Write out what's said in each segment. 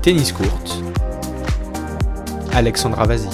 Tennis Court, Alexandra Vasi.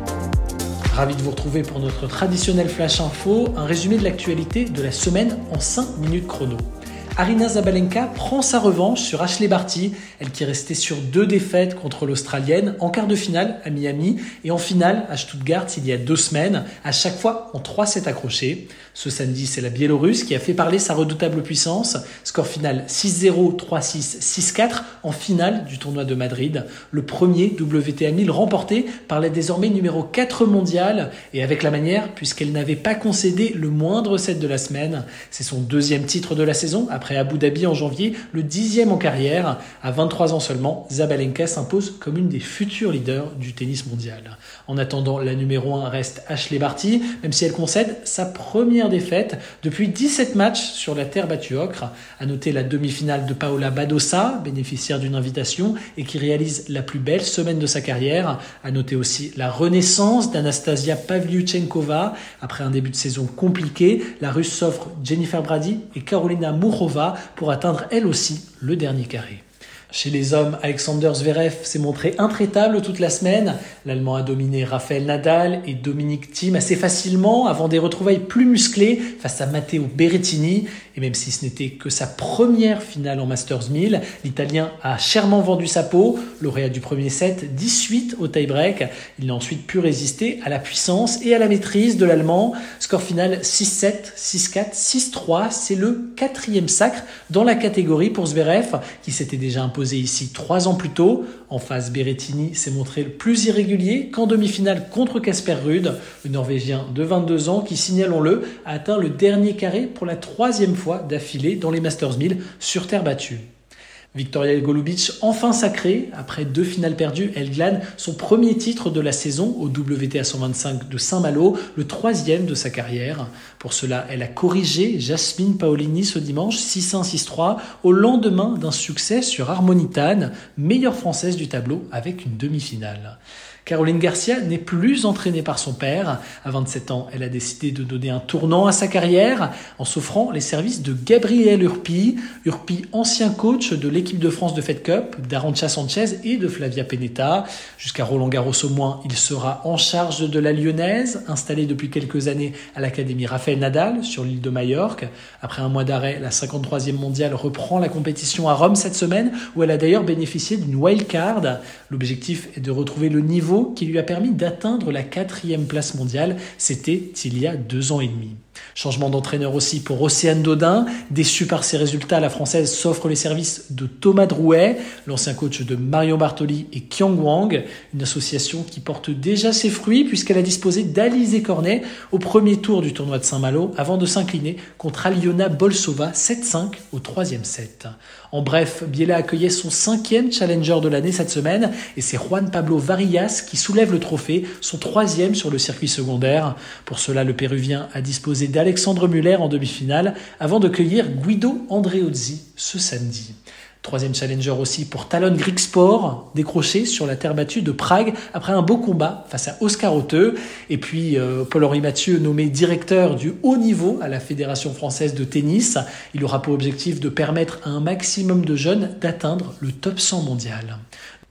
Ravi de vous retrouver pour notre traditionnel Flash Info, un résumé de l'actualité de la semaine en 5 minutes chrono. Aryna Sabalenka prend sa revanche sur Ashley Barty, elle qui est restée sur 2 défaites contre l'Australienne, en quart de finale à Miami et en finale à Stuttgart il y a 2 semaines, à chaque fois en 3 sets accrochés. Ce samedi, c'est la Biélorusse qui a fait parler sa redoutable puissance. Score final 6-0, 3-6, 6-4 en finale du tournoi de Madrid. Le premier WTA 1000 remporté par la désormais numéro 4 mondiale et avec la manière puisqu'elle n'avait pas concédé le moindre set de la semaine. C'est son 2e titre de la saison après Abu Dhabi en janvier, le 10e en carrière. À 23 ans seulement, Sabalenka s'impose comme une des futures leaders du tennis mondial. En attendant, la numéro 1 reste Ashley Barty, même si elle concède sa première défaite depuis 17 matchs sur la terre battue ocre. À noter la demi-finale de Paola Badosa, bénéficiaire d'une invitation et qui réalise la plus belle semaine de sa carrière. À noter aussi la renaissance d'Anastasia Pavlyuchenkova. Après un début de saison compliqué, la Russe s'offre Jennifer Brady et Karolina Muchova pour atteindre elle aussi le dernier carré. Chez les hommes, Alexander Zverev s'est montré intraitable toute la semaine. L'Allemand a dominé Rafael Nadal et Dominic Thiem assez facilement avant des retrouvailles plus musclées face à Matteo Berrettini. Et même si ce n'était que sa première finale en Masters 1000, l'Italien a chèrement vendu sa peau. Lauréat du premier set, 18 au tie-break. Il n'a ensuite pu résister à la puissance et à la maîtrise de l'Allemand. Score final 6-7, 6-4, 6-3. C'est le 4e sacre dans la catégorie pour Zverev qui s'était déjà imposé ici 3 ans plus tôt. En face, Berrettini s'est montré le plus irrégulier qu'en demi-finale contre Casper Ruud. Le Norvégien de 22 ans qui, signalons-le, a atteint le dernier carré pour la 3e fois d'affilée dans les Masters 1000 sur terre battue. Victoria Golubic, enfin sacrée, après 2 finales perdues, elle glane son premier titre de la saison au WTA 125 de Saint-Malo, le 3e de sa carrière. Pour cela, elle a corrigé Jasmine Paolini ce dimanche 6-1, 6-3 au lendemain d'un succès sur Harmonitan, meilleure française du tableau avec une demi-finale. Caroline Garcia n'est plus entraînée par son père. À 27 ans, elle a décidé de donner un tournant à sa carrière en s'offrant les services de Gabriel Urpi. Urpi, ancien coach de l'équipe de France de Fed Cup, d'Arantxa Sanchez et de Flavia Pennetta. Jusqu'à Roland-Garros au moins, il sera en charge de la Lyonnaise, installée depuis quelques années à l'Académie Rafael Nadal sur l'île de Majorque. Après un mois d'arrêt, la 53e mondiale reprend la compétition à Rome cette semaine, où elle a d'ailleurs bénéficié d'une wildcard. L'objectif est de retrouver le niveau qui lui a permis d'atteindre la 4e place mondiale. C'était il y a 2 ans et demi. Changement d'entraîneur aussi pour Océane Dodin. Déçue par ses résultats, la Française s'offre les services de Thomas Drouet, l'ancien coach de Marion Bartoli et Qiang Wang. Une association qui porte déjà ses fruits puisqu'elle a disposé d'Alizé Cornet au premier tour du tournoi de Saint-Malo avant de s'incliner contre Aliona Bolsova 7-5 au 3e set. En bref, Biella accueillait son 5e challenger de l'année cette semaine et c'est Juan Pablo Varillas qui soulève le trophée, son 3e sur le circuit secondaire. Pour cela, le Péruvien a disposé d'Alexandre Muller en demi-finale avant de cueillir Guido Andreozzi ce samedi. 3e challenger aussi pour Talon Griekspoor, décroché sur la terre battue de Prague après un beau combat face à Oscar Otteux. Et puis Paul-Henri Mathieu, nommé directeur du haut niveau à la Fédération française de tennis. Il aura pour objectif de permettre à un maximum de jeunes d'atteindre le top 100 mondial.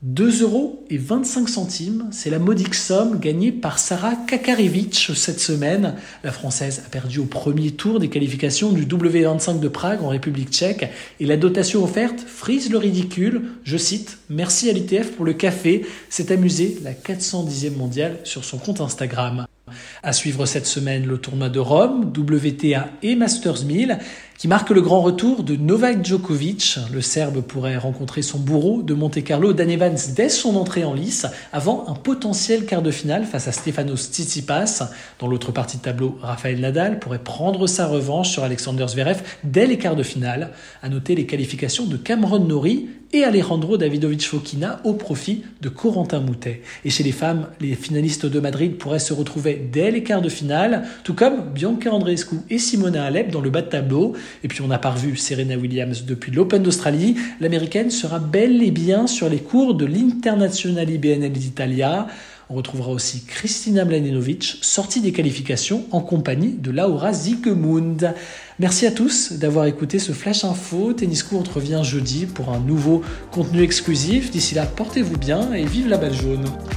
2,25 €, c'est la modique somme gagnée par Sara Kakarevich cette semaine. La Française a perdu au premier tour des qualifications du W25 de Prague en République tchèque et la dotation offerte frise le ridicule. Je cite « Merci à l'ITF pour le café », s'est amusée la 410e mondiale sur son compte Instagram. À suivre cette semaine le tournoi de Rome, WTA et Masters 1000, qui marque le grand retour de Novak Djokovic. Le Serbe pourrait rencontrer son bourreau de Monte-Carlo, Dan Evans, dès son entrée en lice, avant un potentiel quart de finale face à Stefanos Tsitsipas. Dans l'autre partie de tableau, Rafael Nadal pourrait prendre sa revanche sur Alexander Zverev dès les quarts de finale. À noter les qualifications de Cameron Norrie et Alejandro Davidovich Fokina au profit de Corentin Moutet. Et chez les femmes, les finalistes de Madrid pourraient se retrouver dès les quarts de finale, tout comme Bianca Andreescu et Simona Halep dans le bas de tableau. Et puis on n'a pas revu Serena Williams depuis l'Open d'Australie. L'américaine sera bel et bien sur les cours de l'Internazionale BNL d'Italia. On retrouvera aussi Kristina Mladenovic, sortie des qualifications en compagnie de Laura Siegemund. Merci à tous d'avoir écouté ce Flash Info. Tennis Court revient jeudi pour un nouveau contenu exclusif. D'ici là, portez-vous bien et vive la balle jaune.